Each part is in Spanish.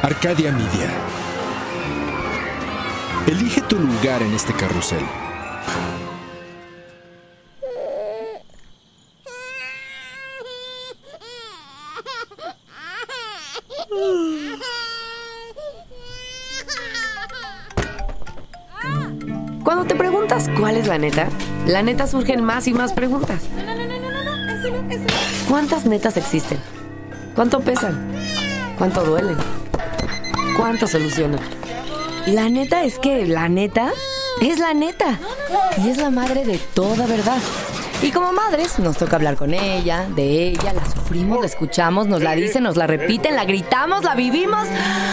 Arcadia Media. Elige tu lugar en este carrusel. Cuando te preguntas cuál es la neta surgen más y más preguntas. ¿Cuántas netas existen? ¿Cuánto pesan? ¿Cuánto duelen? ¿Cuánto solucionan? La neta es que la neta es la neta. Y es la madre de toda verdad. Y como madres nos toca hablar con ella, de ella, la sufrimos, la escuchamos, nos la dicen, nos la repiten, la gritamos, la vivimos.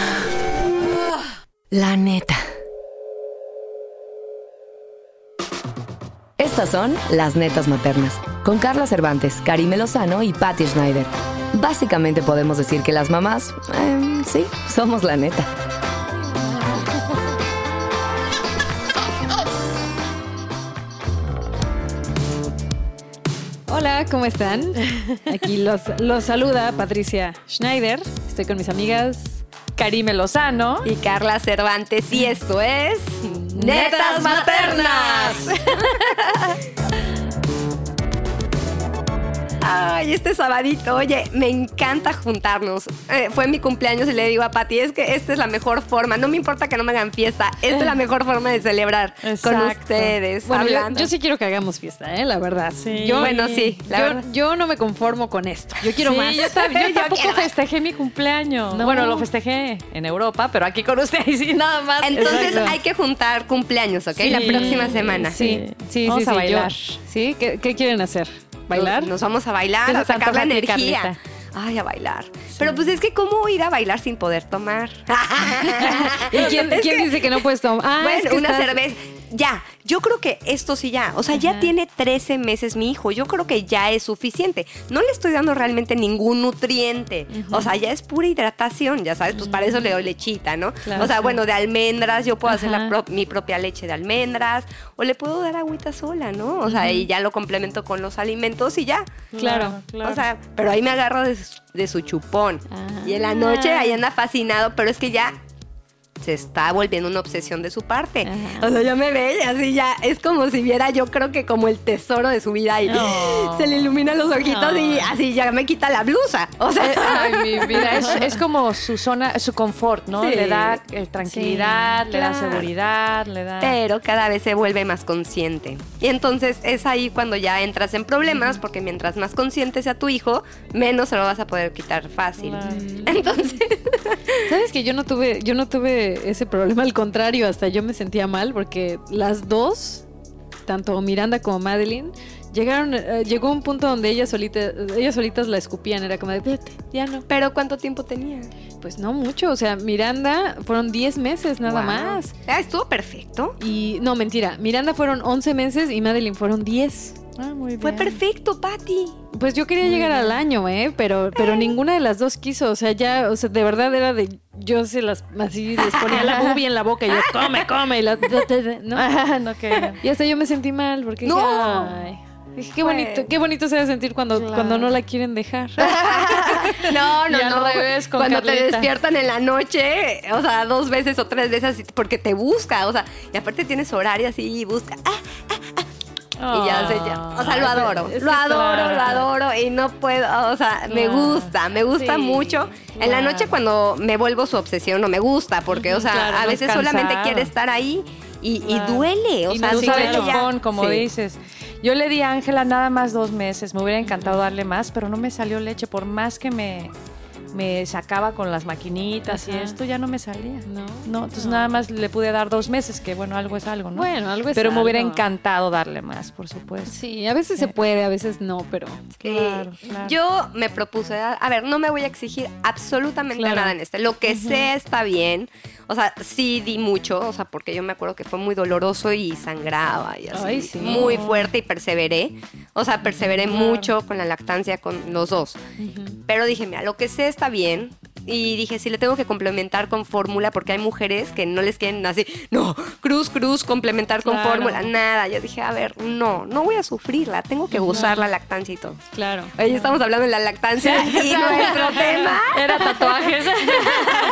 La neta. Estas son Las Netas Maternas, con Carla Cervantes, Karime Lozano y Patti Schneider. Básicamente podemos decir que las mamás, sí, somos la neta. Hola, ¿cómo están? Aquí los saluda Patricia Schneider. Estoy con mis amigas Karime Lozano y Carla Cervantes, y esto es Netas Maternas. Ay, este sabadito, oye, me encanta juntarnos. Fue mi cumpleaños y le digo a Pati, es que esta es la mejor forma. No me importa que no me hagan fiesta, esta es la mejor forma de celebrar. Exacto. Con ustedes. Bueno, yo sí quiero que hagamos fiesta, la verdad. Sí. Yo no me conformo con esto. Yo quiero más. Yo tampoco festejé mi cumpleaños. No. Bueno, lo festejé en Europa, pero aquí con ustedes sí, nada más. Entonces hay que juntar cumpleaños, ¿ok? Sí. La próxima semana. Sí. Vamos a bailar. ¿Sí? ¿Qué quieren hacer? ¿Bailar? Nos vamos a bailar, a sacar la energía. Carlita. Ay, a bailar. Sí. Pero pues es que ¿cómo ir a bailar sin poder tomar? ¿Y quién dice que no puedes tomar? Bueno, es que una cerveza. Ya, yo creo que esto sí ya. O sea, ya tiene 13 meses mi hijo. Yo creo que ya es suficiente. No le estoy dando realmente ningún nutriente. O sea, ya es pura hidratación, ya sabes. Pues para eso le doy lechita, ¿no? Claro, o sea, bueno, de almendras. Yo puedo hacer mi propia leche de almendras. O le puedo dar agüita sola, ¿no? O sea, y ya lo complemento con los alimentos y ya. Claro. O sea, pero ahí me agarro de su chupón. Y en la noche ahí anda fascinado. Pero es que ya se está volviendo una obsesión de su parte. O sea, ya me ve así ya. Es como si viera, yo creo que como el tesoro de su vida y se le iluminan los ojitos y así ya me quita la blusa. O sea, ay, mi vida. Es como su zona, su confort, ¿no? Sí. Le da tranquilidad, le da seguridad, le da... Pero cada vez se vuelve más consciente. Y entonces es ahí cuando ya entras en problemas, porque mientras más consciente sea tu hijo, menos se lo vas a poder quitar fácil. Entonces... ¿Sabes que yo no tuve ese problema? Al contrario, hasta yo me sentía mal porque las dos, tanto Miranda como Madeline, llegó un punto donde ellas solitas la escupían, era como de, vete, ya no. ¿Pero cuánto tiempo tenía? Pues no mucho, o sea, Miranda fueron 10 meses nada más. Estuvo perfecto. Y no, mentira, Miranda fueron 11 meses y Madeline fueron 10. Muy bien. Fue perfecto, Pati. Pues yo quería llegar al año, pero ninguna de las dos quiso, o sea, de verdad era de, yo así les ponía la boobie en la boca y yo, come, y la, ¿no? No quería. Y hasta yo me sentí mal, porque dije, qué bonito se debe sentir cuando no la quieren dejar. No. Al revés, con cuando Carlita. Te despiertan en la noche, o sea, 2 veces o 3 veces, porque te busca, o sea, y aparte tienes horario así y busca. Y ya o sea, lo adoro y no puedo, o sea, me gusta mucho. En la noche cuando me vuelvo su obsesión no me gusta porque, o sea, a veces solamente quiere estar ahí y duele, o sea, me duele chupón, como dices. Yo le di a Ángela nada más 2 meses, me hubiera encantado darle más, pero no me salió leche, por más que me sacaba con las maquinitas y esto ya no me salía. No, entonces nada más le pude dar 2 meses, que bueno, algo es algo, ¿no? Bueno, algo es pero algo. Me hubiera encantado darle más, por supuesto. Sí, a veces se puede, a veces no, pero... Claro. Yo me propuse, a ver, no me voy a exigir absolutamente nada en este. Lo que sé está bien. O sea, sí di mucho, o sea, porque yo me acuerdo que fue muy doloroso y sangraba y así. Ay, sí. Muy fuerte y perseveré. O sea, perseveré mucho con la lactancia con los dos. Pero dije, mira, lo que sé está bien. Y dije, sí, le tengo que complementar con fórmula porque hay mujeres que no les quieren así, no, cruz, complementar con fórmula, nada. Yo dije, a ver, no voy a sufrirla, tengo que gozar la lactancia y todo. Claro. Hoy estamos hablando de la lactancia y nuestro tema era tatuajes.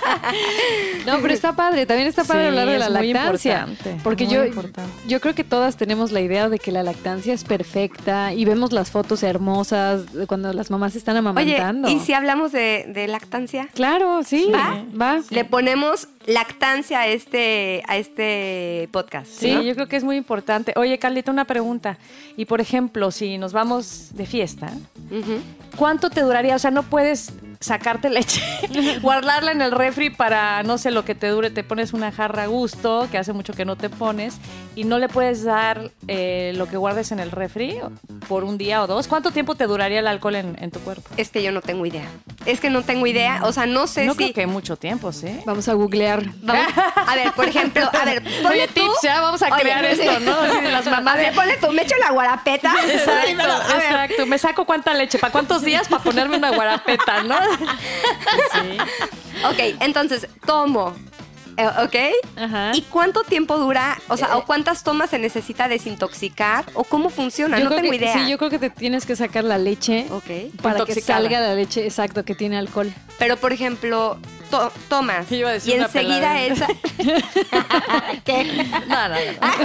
No, pero está padre. También está padre hablar de la lactancia. Porque yo creo que todas tenemos la idea de que la lactancia es perfecta y vemos las fotos hermosas de cuando las mamás están amamantando. Oye, ¿y si hablamos de lactancia? Claro, sí. Va. Le ponemos lactancia a este podcast. Sí, ¿no? yo creo que es muy importante. Oye, Carlita, una pregunta. Y por ejemplo, si nos vamos de fiesta, ¿cuánto te duraría? O sea, no puedes sacarte leche, guardarla en el refri para, no sé, lo que te dure. Te pones una jarra a gusto, que hace mucho que no te pones, y no le puedes dar lo que guardes en el refri por un día o dos. ¿Cuánto tiempo te duraría el alcohol en tu cuerpo? Es que yo no tengo idea. O sea, no sé no si... creo que mucho tiempo, ¿sí? Vamos a googlear. A ver, por ejemplo, ponle tú... tips, ya vamos a crear esto, ¿no? Así de las mamás. A ver, ponle tú, me echo la guarapeta. Exacto. ¿Me saco cuánta leche? ¿Para cuántos días para ponerme una guarapeta, no? Sí. Ok, entonces, tomo. ¿Ok? Ajá. ¿Y cuánto tiempo dura? O sea, ¿o cuántas tomas se necesita desintoxicar? ¿O cómo funciona? No tengo idea. Sí, yo creo que te tienes que sacar la leche para que salga la leche, exacto, que tiene alcohol. Pero, por ejemplo, tomas Iba a decir y una enseguida peladez. esa... ¿Qué? No.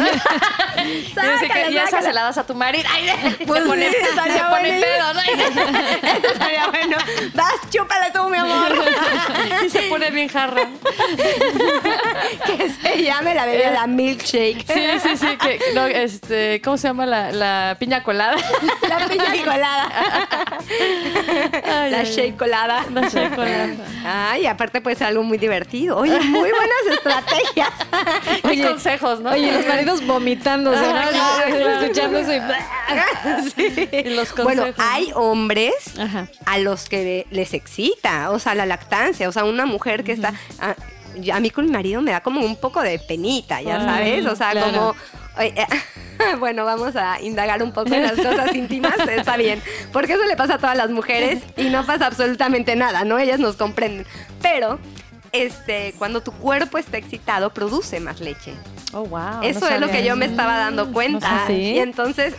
Y esas se la das a tu marido. Ay, Pues se pone pedo, ¿no? Eso estaría bueno. Vas, chúpale tú, mi amor. Y se pone bien jarra. Que se llame la bebida la milkshake. Sí. ¿Cómo se llama la piña colada? La piña colada. La shake colada. La shake colada. Ay, aparte puede ser algo muy divertido. Oye, muy buenas estrategias. Oye, consejos, ¿no? Oye, los maridos vomitándose, ¿no? Claro. Escuchándose. Sí. Y los consejos. Bueno, hay hombres Ajá. a los que les excita, o sea, la lactancia, o sea, una mujer que está... A mí con mi marido me da como un poco de penita, ya sabes, o sea, claro. como... Bueno, vamos a indagar un poco en las cosas íntimas, está bien, porque eso le pasa a todas las mujeres y no pasa absolutamente nada, ¿no? Ellas nos comprenden, pero cuando tu cuerpo está excitado, produce más leche. Oh, wow. Eso es lo que yo me estaba dando cuenta. No sé, ¿sí? Y entonces,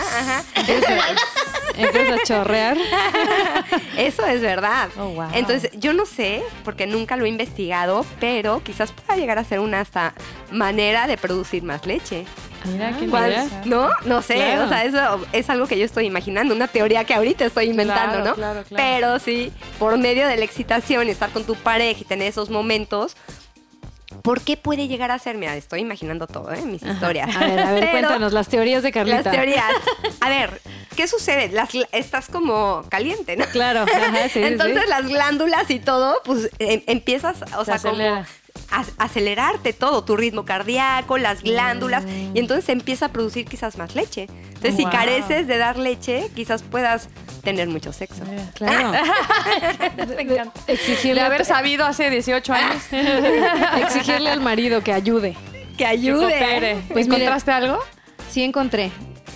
Empieza a chorrear. Eso es verdad. Oh, wow. Entonces, yo no sé, porque nunca lo he investigado, pero quizás pueda llegar a ser una hasta manera de producir más leche. Mira, qué ¿Cuál? idea. No sé, Claro. o sea, eso es algo que yo estoy imaginando, una teoría que ahorita estoy inventando, ¿no? Claro. Pero sí, por medio de la excitación, estar con tu pareja y tener esos momentos, ¿por qué puede llegar a ser? Mira, estoy imaginando todo, mis historias. A ver, Pero cuéntanos las teorías de Carlita. las teorías. A ver, ¿qué sucede? Estás como caliente, ¿no? Claro, ajá, sí, Entonces sí. las glándulas y todo, pues empiezas, o sea, como acelera. acelerarte todo, tu ritmo cardíaco, las glándulas, y entonces se empieza a producir quizás más leche. Entonces, si Wow. careces de dar leche, quizás puedas tener mucho sexo. Claro. Me encanta. Exigirle, De haber sabido hace 18 años. exigirle al marido que ayude. Que Que ayude. coopere. Pues mire- ¿Encontraste algo? Sí encontré.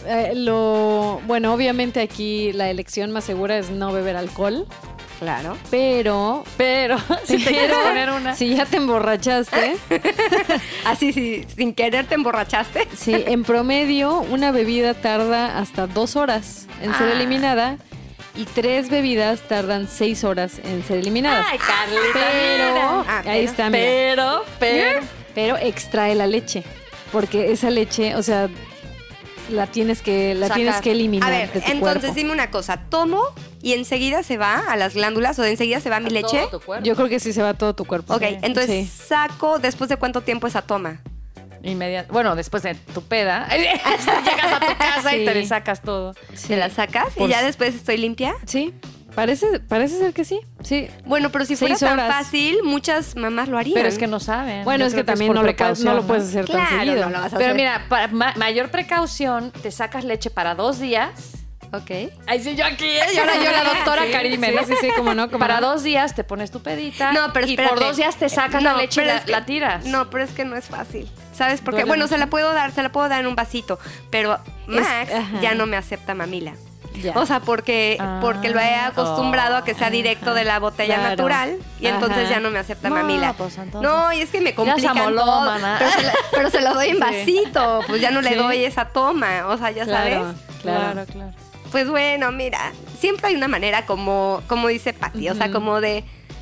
Bueno, obviamente aquí la elección más segura es no beber alcohol, Claro. pero Si te quieres poner una. si ya te emborrachaste, Así, sí, sin querer te emborrachaste. sí, en promedio una bebida tarda hasta 2 horas en ser eliminada y 3 bebidas tardan 6 horas en ser eliminadas. Ay, Carlita. Pero, Ah, ahí pero- está, mira. Pero. Extrae la leche, porque esa leche, o sea, la tienes que eliminar A ver, de tu entonces cuerpo. dime una cosa, tomo y enseguida se va a las glándulas o enseguida se va mi leche. Yo creo que sí se va todo tu cuerpo. Ok, Sí. entonces Sí. saco después de cuánto tiempo esa toma. Bueno, después de tu peda, llegas a tu casa y Sí. te le sacas todo. ¿Te la sacas y ya después estoy limpia? Sí, parece ser que sí. Sí. Bueno, pero si fuera 6 tan horas. fácil, muchas mamás lo harían. Pero es que no saben. Bueno, Yo es creo que también por no precaución, lo puedes hacer tan Claro, seguido. no lo vas a Pero hacer. mira, para mayor precaución, te sacas leche para 2 días. Ok. Ahí sí, yo aquí, y ahora yo la doctora Sí, Karime, sí, ¿no? sí, sí, cómo no, cómo Para no. 2 días te pones tu pedita. No, pero y espérate. por 2 días te sacas la leche y pero es que- la tiras. No, pero es que no es fácil. ¿Sabes por qué? Duele Bueno, mucho. se la puedo dar en un vasito, pero Max ajá. ya no me acepta mamila. Ya. O sea, porque lo he acostumbrado a que sea directo de la botella Claro. natural y entonces Ajá. ya no me acepta No, mamila. pues, entonces- No, y es que me Ya complican se amoló, todo. maná. Pero se lo doy en Sí. vasito, pues ya no le Sí. doy esa toma, o sea, ya sabes. Claro. Pues bueno, mira, siempre hay una manera como dice Pati, o sea, como de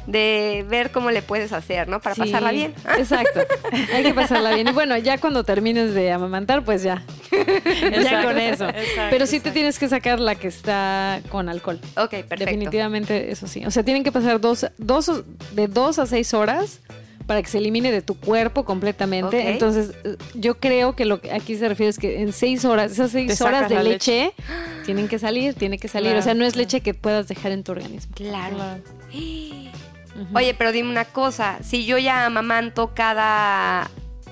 de ver cómo le puedes hacer, ¿no? Para pasarla bien. Exacto. Hay que pasarla bien. Y bueno, ya cuando termines de amamantar, pues ya. Ya con eso. Pero sí te tienes que sacar la que está con alcohol. Ok, perfecto. Definitivamente, eso sí. O sea, tienen que pasar de 2 a 6 horas para que se elimine de tu cuerpo completamente. Ok. Entonces, yo creo que lo que aquí se refiere es que en 6 horas, esas 6 Te horas sacas de la leche tiene que salir. Claro, O sea, no es leche que puedas dejar en tu organismo. Claro. Oye, pero dime una cosa. Si yo ya amamanto cada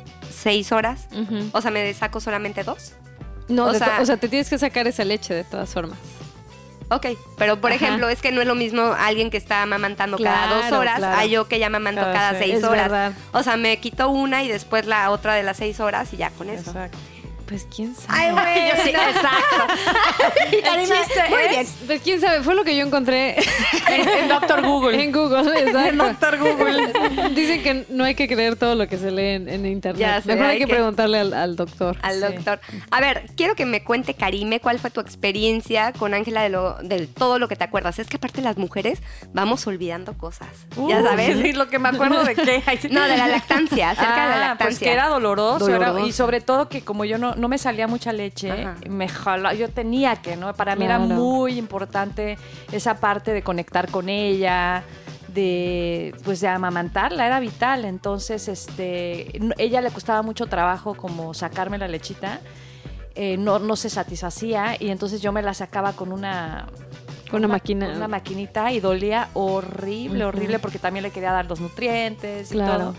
6 horas, o sea, ¿me saco solamente 2? No, O sea, te tienes que sacar esa leche de todas formas. Ok, pero por ejemplo, es que no es lo mismo alguien que está amamantando cada 2 horas a yo que ya amamanto cada 6 es horas. verdad. O sea, me quito una y después la otra de las 6 horas y ya con eso. Exacto. Pues quién sabe. Ay, güey, Sí, exacto. El chiste muy bien. Pues quién sabe, fue lo que yo encontré en Dr. Google. en Google, exacto. En Dr. Google. Dicen que no hay que creer todo lo que se lee en internet. Ya sé, Mejor hay hay que que- preguntarle al doctor. Al doctor. A ver, quiero que me cuente, Karime, cuál fue tu experiencia con Ángela de todo lo que te acuerdas. Es que aparte las mujeres vamos olvidando cosas. Ya sabes. Sí, lo que me acuerdo de qué. No, de la lactancia, acerca de la lactancia. Pues que era doloroso. Doloroso. Y sobre todo que como yo no me salía mucha leche, Ajá. me jalaba, yo tenía que, ¿no? Para mí era Claro. muy importante esa parte de conectar con ella, de amamantarla, era vital. Entonces, ella le costaba mucho trabajo como sacarme la lechita, no se satisfacía y entonces yo me la sacaba con una máquina. una maquinita y dolía horrible, horrible, porque también le quería dar los nutrientes y Claro. todo.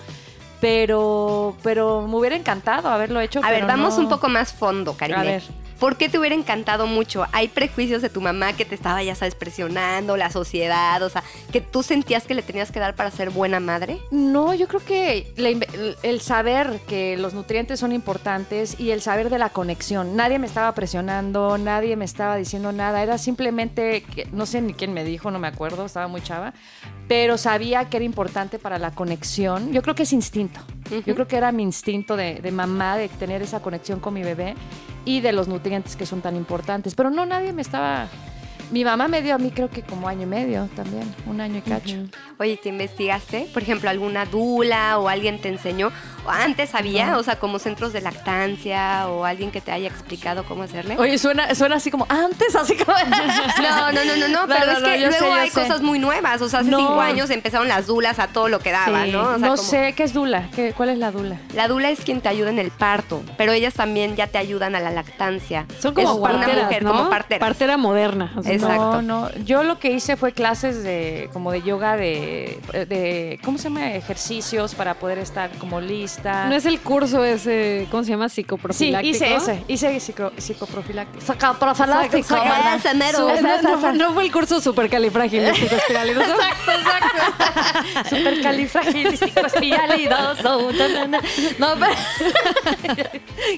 Pero me hubiera encantado haberlo hecho. A ver, pero vamos no. un poco más fondo, Karime. A ver. ¿Por qué te hubiera encantado mucho? ¿Hay prejuicios de tu mamá que te estaba, ya sabes, presionando, la sociedad? O sea, que tú sentías que le tenías que dar para ser buena madre. No, yo creo que el saber que los nutrientes son importantes y el saber de la conexión. Nadie me estaba presionando, nadie me estaba diciendo nada. Era simplemente, no sé ni quién me dijo, no me acuerdo, estaba muy chava. Pero sabía que era importante para la conexión. Yo creo que es instinto. Yo creo que era mi instinto de mamá, de tener esa conexión con mi bebé y de los nutrientes que son tan importantes. Pero no, nadie me estaba... Mi mamá me dio a mí creo que como 1 año y medio también, 1 año y cacho. Oye, ¿te investigaste? Por ejemplo, ¿alguna dula o alguien te enseñó? ¿O antes había? No. O sea, como centros de lactancia o alguien que te haya explicado cómo hacerle. Oye, suena así como antes, así como... No, pero es que yo luego sé, yo hay sé. cosas muy nuevas. O sea, hace No. 5 años empezaron las dulas a todo lo que daba, Sí. ¿no? O sea, No como- sé, ¿qué es dula? ¿Cuál es la dula? La dula es quien te ayuda en el parto, pero ellas también ya te ayudan a la lactancia. Son como Es una parteras, mujer, ¿no? como parteras. Partera moderna. O sea, Exacto. No. Yo lo que hice fue clases como de yoga, de ¿cómo se llama? Ejercicios para poder estar como lista. ¿No es el curso ese, ¿cómo se llama? Sí, Psicoprofiláctico. hice psicoprofiláctico. Psicoprofiláctico, ¿verdad? Ese mero. No fue el curso supercalifragilísticoespialidoso. Exacto. Supercalifragilisticoespialidoso. No, pero...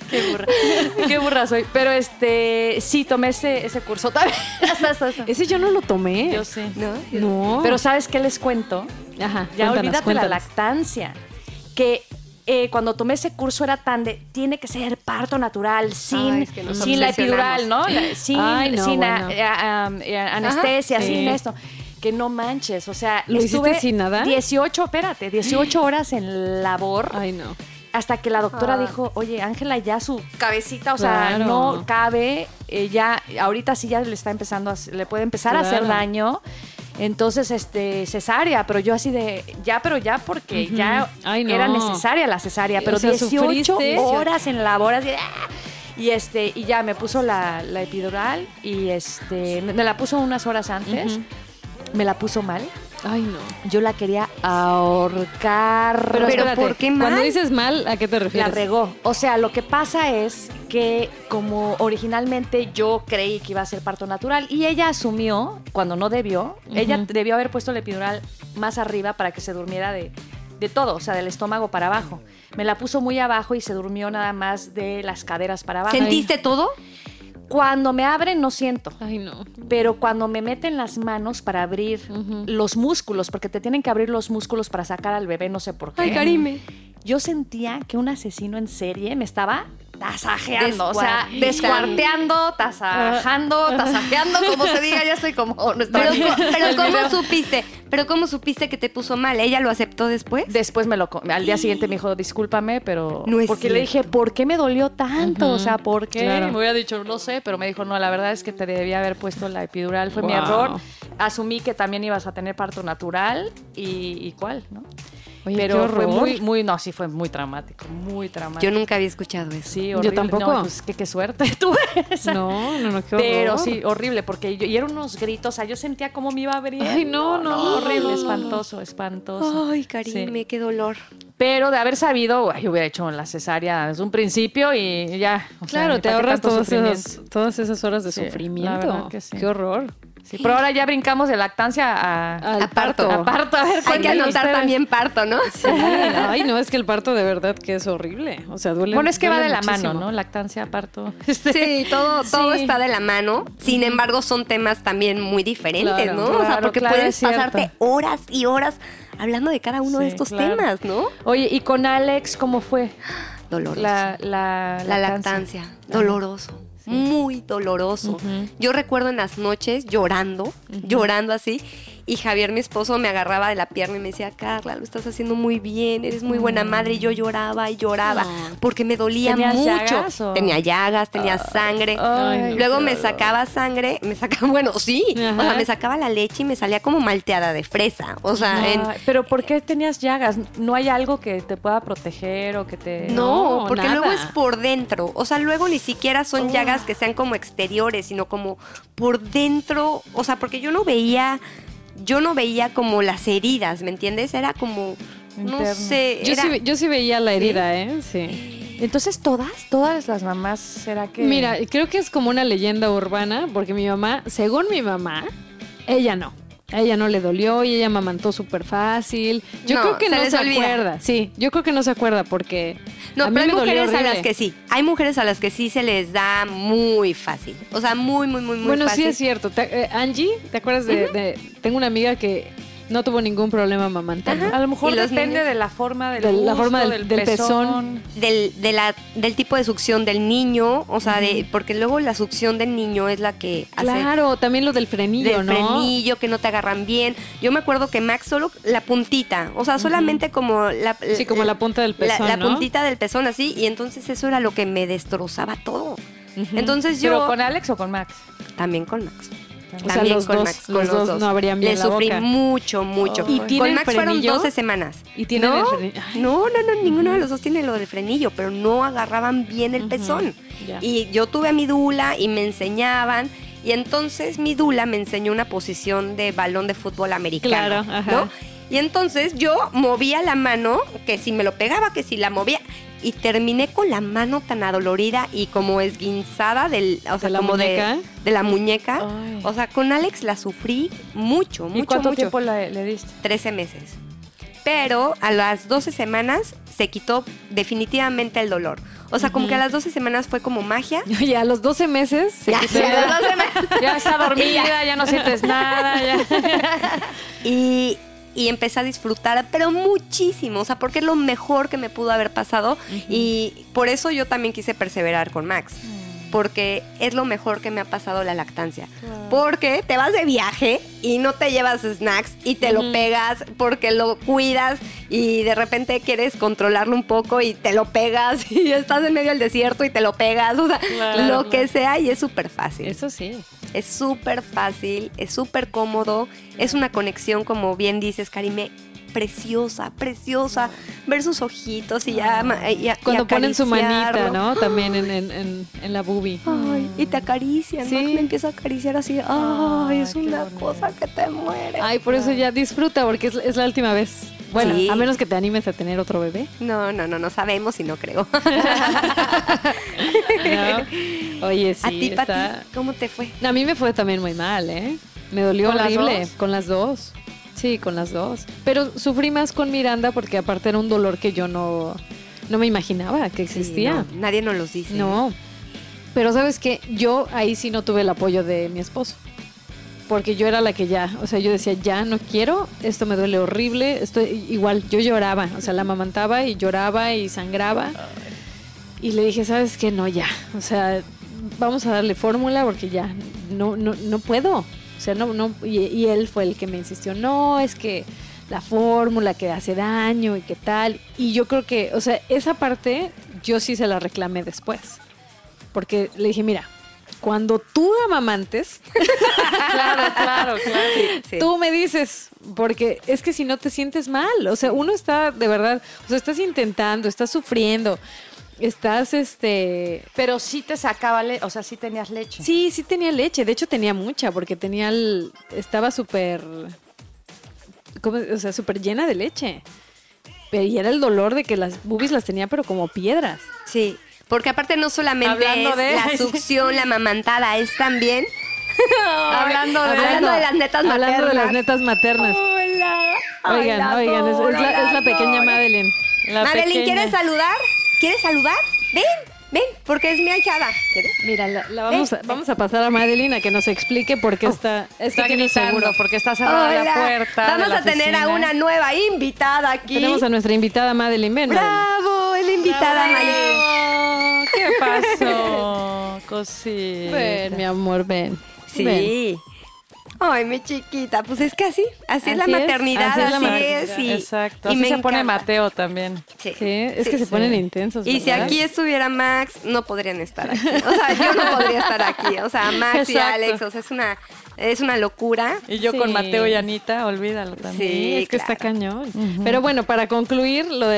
Qué burra soy. Pero sí, tomé ese curso también. Ese yo no lo tomé. Yo sé. ¿No? No. Pero ¿sabes qué les cuento? Ajá, Ya cuéntanos, olvídate la lactancia. Que cuando tomé ese curso era tan de, tiene que ser parto natural, sin, es que nos sin la obsesionamos. epidural, ¿no? Sin, Ay, no, sin bueno. anestesia, Ajá, sin sí. esto. Que no manches, o sea, ¿Lo estuve hiciste sin nada? 18 horas en labor. Ay, no. Hasta que la doctora dijo, oye, Ángela, ya su cabecita, o sea, Claro. no cabe, ya, ahorita sí ya le está empezando, le puede empezar a hacer Claro. daño. Entonces, cesárea, pero yo así de, pero ya, porque ya Ay, no. era necesaria la cesárea, pero O sea, 18 ¿sufriste? horas en labor, así de, y ya me puso la epidural y me la puso unas horas antes, me la puso mal. Ay, no. Yo la quería ahorcar. Pero espérate, ¿por qué mal? Cuando dices mal, ¿a qué te La refieres? regó. O sea, lo que pasa es que como originalmente yo creí que iba a ser parto natural y ella asumió, cuando no debió, ella debió haber puesto la epidural más arriba para que se durmiera de todo, o sea, del estómago para abajo. Me la puso muy abajo y se durmió nada más de las caderas para abajo. ¿Sentiste todo? Cuando me abren no siento. Ay, no. Pero cuando me meten las manos para abrir los músculos, porque te tienen que abrir los músculos para sacar al bebé, no sé por qué. Ay, Karime. Yo sentía que un asesino en serie me estaba tasajeando, o sea, Descuartizando. descuarteando, tasajeando, como se diga, ya estoy como nuestra Pero, amiga. pero El ¿cómo video. supiste? Pero ¿cómo supiste que te puso mal? ¿Ella lo aceptó después? Después al día siguiente me dijo, discúlpame, pero... No es porque cierto. le dije, ¿por qué me dolió tanto? O sea, ¿por qué? Claro. Y me hubiera dicho, no sé, pero me dijo, no, la verdad es que te debía haber puesto la epidural. Fue mi error. Asumí que también ibas a tener parto natural y ¿cuál? ¿no? Oye, pero qué fue horror. no, sí fue muy traumático, muy traumático. Yo nunca había escuchado eso. Sí, horrible. Yo tampoco. No, pues qué suerte tuve esa. No, qué horror. Pero sí, horrible, porque y eran unos gritos, o sea, yo sentía como me iba abriendo. Ay, no. Horrible, espantoso. Ay, Karime, Sí. qué dolor. Pero de haber sabido, yo hubiera hecho la cesárea desde un principio y ya. O sea, Claro, ni te para qué ahorras tanto sufrimiento. todas esas horas de Sí, sufrimiento. la verdad que sí. Qué horror. Sí, pero ahora ya brincamos de lactancia a Parto. a parto. A ver, Hay que cuéntenos anotar ustedes. también parto, ¿no? Sí. Ay, no, es que el parto de verdad que es horrible. O sea, duele. Bueno, es que va duele de la muchísimo. mano, ¿no? Lactancia, parto. Sí, todo Sí. está de la mano. Sin embargo, son temas también muy diferentes, Claro, ¿no? O sea, claro, porque claro, puedes es cierto. pasarte horas y horas hablando de cada uno de Sí, estos claro. temas, ¿no? Oye, ¿y con Alex cómo fue Doloroso. la lactancia. Doloroso. Muy doloroso. Yo recuerdo en las noches llorando así. Y Javier, mi esposo, me agarraba de la pierna y me decía, Carla, lo estás haciendo muy bien, eres muy buena madre. Y yo lloraba y lloraba porque me dolía ¿Tenías mucho. llagas o? Tenía llagas, tenía sangre. Ay, Luego me sacaba sangre, bueno, sí. Ajá. O sea, me sacaba la leche y me salía como malteada de fresa. O sea, Ay, pero ¿por qué tenías llagas? ¿No hay algo que te pueda proteger o que te...? No, porque nada. luego es por dentro. O sea, luego ni siquiera son llagas que sean como exteriores, sino como por dentro. O sea, porque yo no veía como las heridas, ¿me entiendes? Era como, no Interno. sé. Yo sí veía la herida, ¿eh? Sí. Entonces, ¿todas las mamás, será que...? Mira, creo que es como una leyenda urbana, porque mi mamá, según mi mamá, ella no. A ella no le dolió y ella amamantó súper fácil. Yo No, creo que se no les se olvida. acuerda. Sí, yo creo que no se acuerda porque No, a mí pero hay me dolió mujeres a las horrible. que sí. Hay mujeres a las que sí se les da muy fácil. O sea, muy Bueno, fácil. sí es cierto. Angie, ¿te acuerdas tengo una amiga que no tuvo ningún problema amamantando? Ajá. A lo mejor ¿Y los depende niños? de la forma del De la busto, forma del pezón. Del tipo de succión del niño, o sea, porque luego la succión del niño es la que hace Claro, también lo del frenillo, del ¿no? frenillo, que no te agarran bien. Yo me acuerdo que Max solo la puntita, o sea, solamente como Sí, como la punta del pezón, la ¿no? puntita del pezón así, y entonces eso era lo que me destrozaba todo. Entonces ¿Pero yo con Alex o con Max? también con Max. O sea, También los con dos- Max, con los dos no abrían bien Le la sufrí boca. mucho. ¿Y Con tienen Max fueron frenillo? 12 semanas. ¿Y tienen ¿No? el frenillo? Ay. No, ninguno de los dos tiene lo del frenillo, pero no agarraban bien el pezón. Ya. Y yo tuve a mi dula y me enseñaban. Y entonces mi dula me enseñó una posición de balón de fútbol americano. Claro, ajá. ¿no? Y entonces yo movía la mano, que si me lo pegaba, que si la movía. Y terminé con la mano tan adolorida y como esguinzada o sea, la como muñeca? de la muñeca. Ay. O sea, con Alex la sufrí mucho. ¿Y cuánto mucho. tiempo le diste? 13 meses. Pero a las 12 semanas se quitó definitivamente el dolor. O sea, como que a las 12 semanas fue como magia. Oye, a los 12 meses se Ya, quitó- sí, a las 12 meses. Ya está dormida, ya no sientes nada. Ya. Y empecé a disfrutar, pero muchísimo, o sea, porque es lo mejor que me pudo haber pasado. Y por eso yo también quise perseverar con Max. Porque es lo mejor que me ha pasado la lactancia. Porque te vas de viaje y no te llevas snacks y te lo pegas porque lo cuidas y de repente quieres controlarlo un poco y te lo pegas y estás en medio del desierto y te lo pegas. O sea, lo que sea, y es súper fácil. Eso sí. Es súper fácil, es súper cómodo, es una conexión, como bien dices, Karime, preciosa. Ver sus ojitos y Cuando ponen su manita, acariciarlo. ¿no? También en la boobie. Ay, y te acarician, Sí. Max me empieza a acariciar así. Ay, es una cosa que te muere. Ay, por eso ya disfruta, porque es la última vez. Bueno, Sí. a menos que te animes a tener otro bebé. No sabemos y no creo. ¿No? Oye, sí. A ti, está- Pati, ¿cómo te fue? A mí me fue también muy mal, ¿eh? Me dolió ¿Con las horrible. dos? Con las dos. Sí, con las dos. Pero sufrí más con Miranda porque aparte era un dolor que yo no me imaginaba que existía. Sí, no, nadie nos los dice. No. Pero ¿sabes qué? Yo ahí sí no tuve el apoyo de mi esposo. Porque yo era la que ya, o sea, yo decía, ya no quiero, esto me duele horrible, estoy igual, yo lloraba, o sea, la amamantaba y lloraba y sangraba. Y le dije, ¿sabes qué? No, ya, o sea, vamos a darle fórmula porque ya, no puedo. O sea, y él fue el que me insistió, no, es que la fórmula que hace daño y qué tal. Y yo creo que, o sea, esa parte yo sí se la reclamé después. Porque le dije, mira, cuando tú amamantes, Claro. Sí. tú me dices, porque es que si no te sientes mal. O sea, uno está de verdad, o sea, estás intentando, estás sufriendo, estás Pero sí te sacaba o sea, sí tenías leche. Sí tenía leche. De hecho, tenía mucha, porque estaba súper, o sea, súper llena de leche. Pero y era el dolor de que las boobies las tenía, pero como piedras. Sí, porque aparte no solamente Hablando de- es la succión, la amamantada, es también Hablando de- hablando de las netas maternas. Hablando de las netas maternas. Hola. Oigan, adoro, es la pequeña adoro. Madeline. La Madeline, pequeña. ¿quieres saludar? ¿Quieres saludar? Ven, porque es mi ahijada. ¿Quieres? Mira, vamos a pasar a Madeline a que nos explique por qué está Está tiene gritando seguro. porque está cerrada la puerta. de Vamos la a tener a oficina. una nueva invitada aquí. Tenemos a nuestra invitada Madeline. Ven, Madeline. ¡Bravo! Es la invitada Madeline. Oh, ¿qué pasó? Cosita. Ven, mi amor, ven. Sí. Ven. Ay, mi chiquita, pues es que así es la Así es, maternidad, así es la así maternidad. es. Y, Exacto. y Así me se pone encanta. Mateo también. Sí. Sí, es Sí, que se sí. ponen intensos. Y si ¿verdad? aquí estuviera Max, no podrían estar aquí. O sea, yo no podría estar aquí. O sea, Max y Exacto. Alex, o sea, es una locura. Y yo Sí. con Mateo y Anita, olvídalo también. Sí, Es que está claro. cañón. Pero bueno, para concluir lo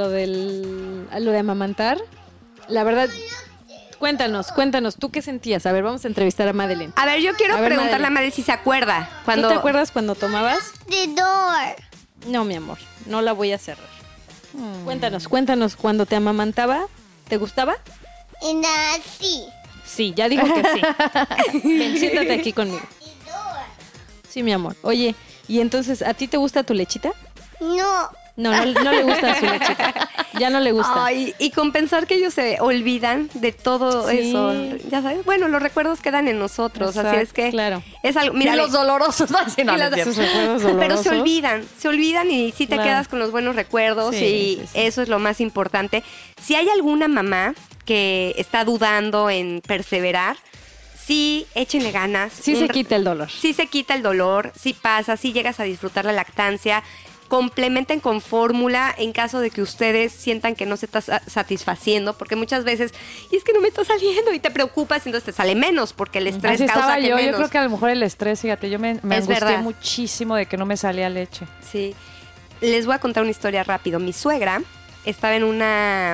de amamantar, la verdad, cuéntanos, ¿tú qué sentías? A ver, vamos a entrevistar a Madeline. A ver, yo quiero A ver, preguntarle a Madeline. Madeline si se acuerda. Cuando... ¿Tú te acuerdas cuando tomabas? The door. No, mi amor, no la voy a cerrar. Cuéntanos, cuando te amamantaba, ¿te gustaba? And sí. Sí, ya dijo que sí. Ven, siéntate aquí conmigo. The door. Sí, mi amor. Oye, ¿y entonces a ti te gusta tu lechita? No. No le gusta su lechita. Ya no le gusta. Ay, y con pensar que ellos se olvidan de todo Sí. eso. Ya sabes, bueno, los recuerdos quedan en nosotros. Así Exacto, es que claro. es algo. Mira, Y los dolorosos. No, sí, no, Y no los- es cierto. Sus recuerdos pero dolorosos. se olvidan y sí te Claro. quedas con los buenos recuerdos Sí, y sí, sí. eso es lo más importante. Si hay alguna mamá que está dudando en perseverar, sí, échenle ganas. Sí se quita el dolor. Sí se quita el dolor, sí pasa, sí llegas a disfrutar la lactancia. Complementen con fórmula en caso de que ustedes sientan que no se está satisfaciendo, porque muchas veces, y es que no me está saliendo y te preocupas, entonces te sale menos, porque el estrés Así causa estaba que yo. menos. Yo creo que a lo mejor el estrés, fíjate, yo me Es angustié verdad. muchísimo de que no me salía leche. Sí. Les voy a contar una historia rápido. Mi suegra estaba en una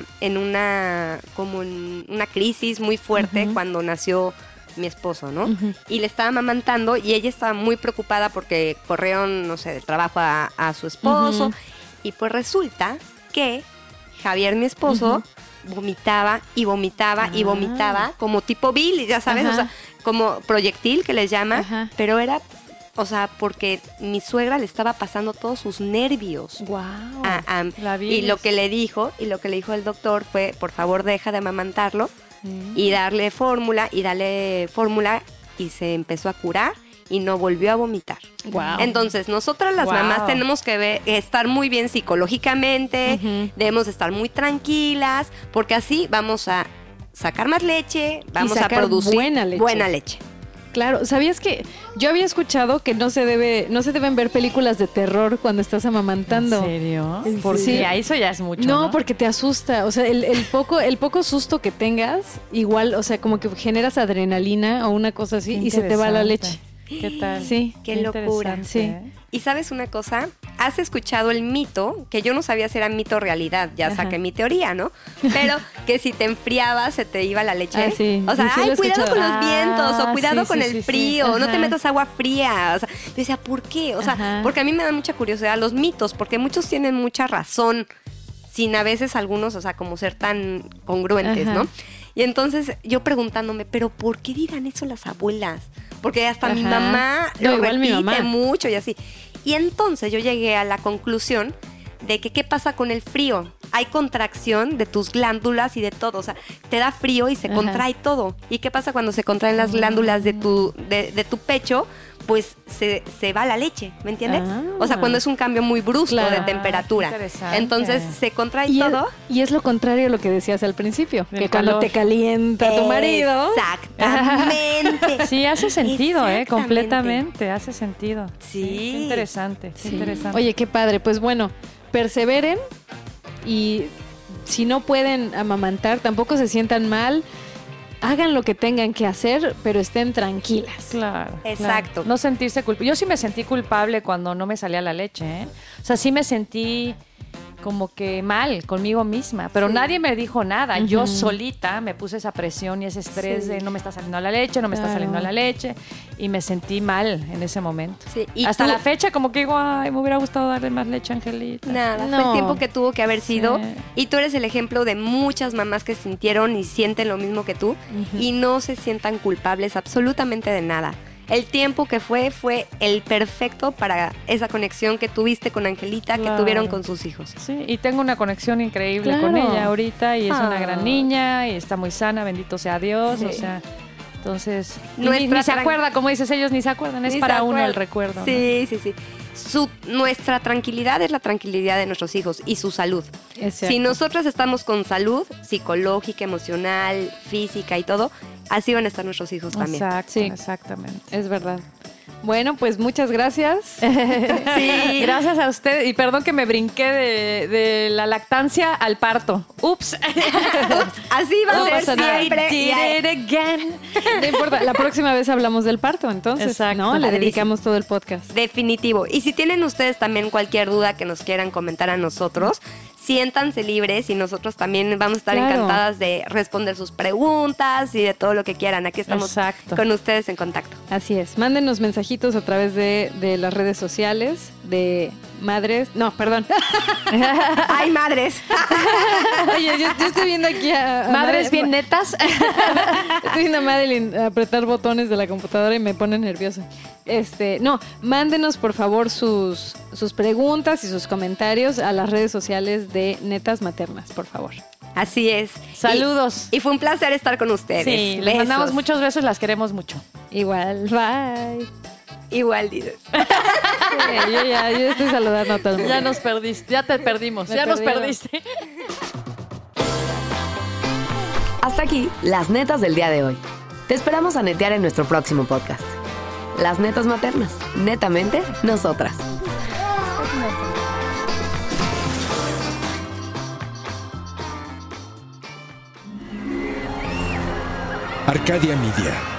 crisis muy fuerte cuando nació mi esposo, ¿no? Y le estaba amamantando y ella estaba muy preocupada porque corrieron, no sé, del trabajo a su esposo. Y pues resulta que Javier, mi esposo, vomitaba y vomitaba y vomitaba como tipo Bill, ya sabes, Ajá. o sea, como proyectil que les llama, Ajá. pero era, o sea, porque mi suegra le estaba pasando todos sus nervios. Wow. La Y bilis. lo que le dijo el doctor fue, por favor, deja de amamantarlo y darle fórmula y se empezó a curar y no volvió a vomitar. Wow. Entonces, nosotras las Wow. mamás tenemos que estar muy bien psicológicamente, debemos estar muy tranquilas, porque así vamos a sacar más leche, vamos a sacar producir buena leche. Claro, ¿sabías que yo había escuchado que no se deben ver películas de terror cuando estás amamantando? ¿En serio? ¿En Porque serio? eso ya es mucho, No, ¿no? porque te asusta. O sea, el poco susto que tengas, igual, o sea, como que generas adrenalina o una cosa así Qué y se te va la interesante. leche. ¿Qué tal? Sí. Qué locura. interesante, Sí. ¿eh? Y sabes una cosa, has escuchado el mito, que yo no sabía si era mito o realidad, ya Ajá. saqué mi teoría, ¿no? Pero que si te enfriabas se te iba la leche. Ah, sí. O sea, Sí, lo he cuidado escuchado. con los vientos, o cuidado sí, con sí, el sí, sí. frío, no te Ajá. metas agua fría. O sea, yo decía, ¿por qué? O sea, Ajá. porque a mí me da mucha curiosidad los mitos, porque muchos tienen mucha razón, sin a veces algunos, o sea, como ser tan congruentes, Ajá. ¿no? Y entonces yo preguntándome, ¿pero por qué dirán eso las abuelas? Porque hasta mi Ajá. mamá No, lo igual mi repite mamá. mucho y así. Y entonces yo llegué a la conclusión de que qué pasa con el frío. Hay contracción de tus glándulas y de todo. O sea, te da frío y se Ajá. contrae todo. ¿Y qué pasa cuando se contraen las glándulas de tu pecho? pues se va la leche, ¿me entiendes? O sea, cuando es un cambio muy brusco de temperatura. Interesante. Entonces se contrae Y todo. y es lo contrario a lo que decías al principio, Del que cuando calor. te calienta tu marido. Exactamente. Sí, hace sentido, Exactamente. completamente, hace sentido. Sí. Qué interesante, qué interesante. Oye, qué padre. Pues bueno, perseveren y si no pueden amamantar, tampoco se sientan mal. Hagan lo que tengan que hacer, pero estén tranquilas. Claro. Exacto. claro. No sentirse culpable. Yo sí me sentí culpable cuando no me salía la leche, ¿eh? O sea, sí me sentí como que mal conmigo misma, pero nadie me dijo nada. Yo solita me puse esa presión y ese estrés de no me está saliendo la leche, no me está saliendo la leche, y me sentí mal en ese momento. Sí, y hasta tú- la fecha como que digo, ay, me hubiera gustado darle más leche a Angelita. Nada, No. fue el tiempo que tuvo que haber sido. Sí. Y tú eres el ejemplo de muchas mamás que sintieron y sienten lo mismo que tú y no se sientan culpables absolutamente de nada. El tiempo que fue el perfecto para esa conexión que tuviste con Angelita, que Claro. tuvieron con sus hijos. Sí, y tengo una conexión increíble Claro. con ella ahorita y es una Ah. gran niña y está muy sana, bendito sea Dios, Sí. o sea, entonces Nuestra ni se tran- acuerda, como dices, ellos ni se acuerdan, es Ni para se uno acuerda. el recuerdo. ¿no? Sí, sí, sí. Nuestra tranquilidad es la tranquilidad de nuestros hijos y su salud. Es Si cierto. nosotros estamos con salud psicológica, emocional, física y todo, así van a estar nuestros hijos también. Exacto, Sí. exactamente. Es verdad. Bueno, pues muchas gracias. Sí. Gracias a usted y perdón que me brinqué de la lactancia al parto. Ups. Así va No a pasa ser nada. siempre. y Did it again. No importa, la próxima vez hablamos del parto, entonces, Exacto. ¿no? Le Padrísimo. dedicamos todo el podcast. Definitivo. Y si tienen ustedes también cualquier duda que nos quieran comentar a nosotros, siéntanse libres y nosotros también vamos a estar Claro. encantadas de responder sus preguntas y de todo lo que quieran. Aquí estamos Exacto. con ustedes en contacto. Así es. Mándenos mensajitos a través de las redes sociales de madres. No, perdón. ¡Ay, madres! Oye, yo estoy viendo aquí a Madres bien netas. Estoy viendo a Madeline apretar botones de la computadora y me pone nerviosa. No, mándenos por favor sus preguntas y sus comentarios a las redes sociales de Netas Maternas, por favor. Así es. Saludos. Y fue un placer estar con ustedes. Sí, les Besos. mandamos muchos besos, las queremos mucho. Igual, bye. Igual, dices. Yo estoy saludando a todo el mundo. Ya nos perdiste, ya te perdimos, Me ya nos perdieron. perdiste. Hasta aquí, las netas del día de hoy. Te esperamos a netear en nuestro próximo podcast. Las netas maternas, netamente nosotras. Arcadia Media.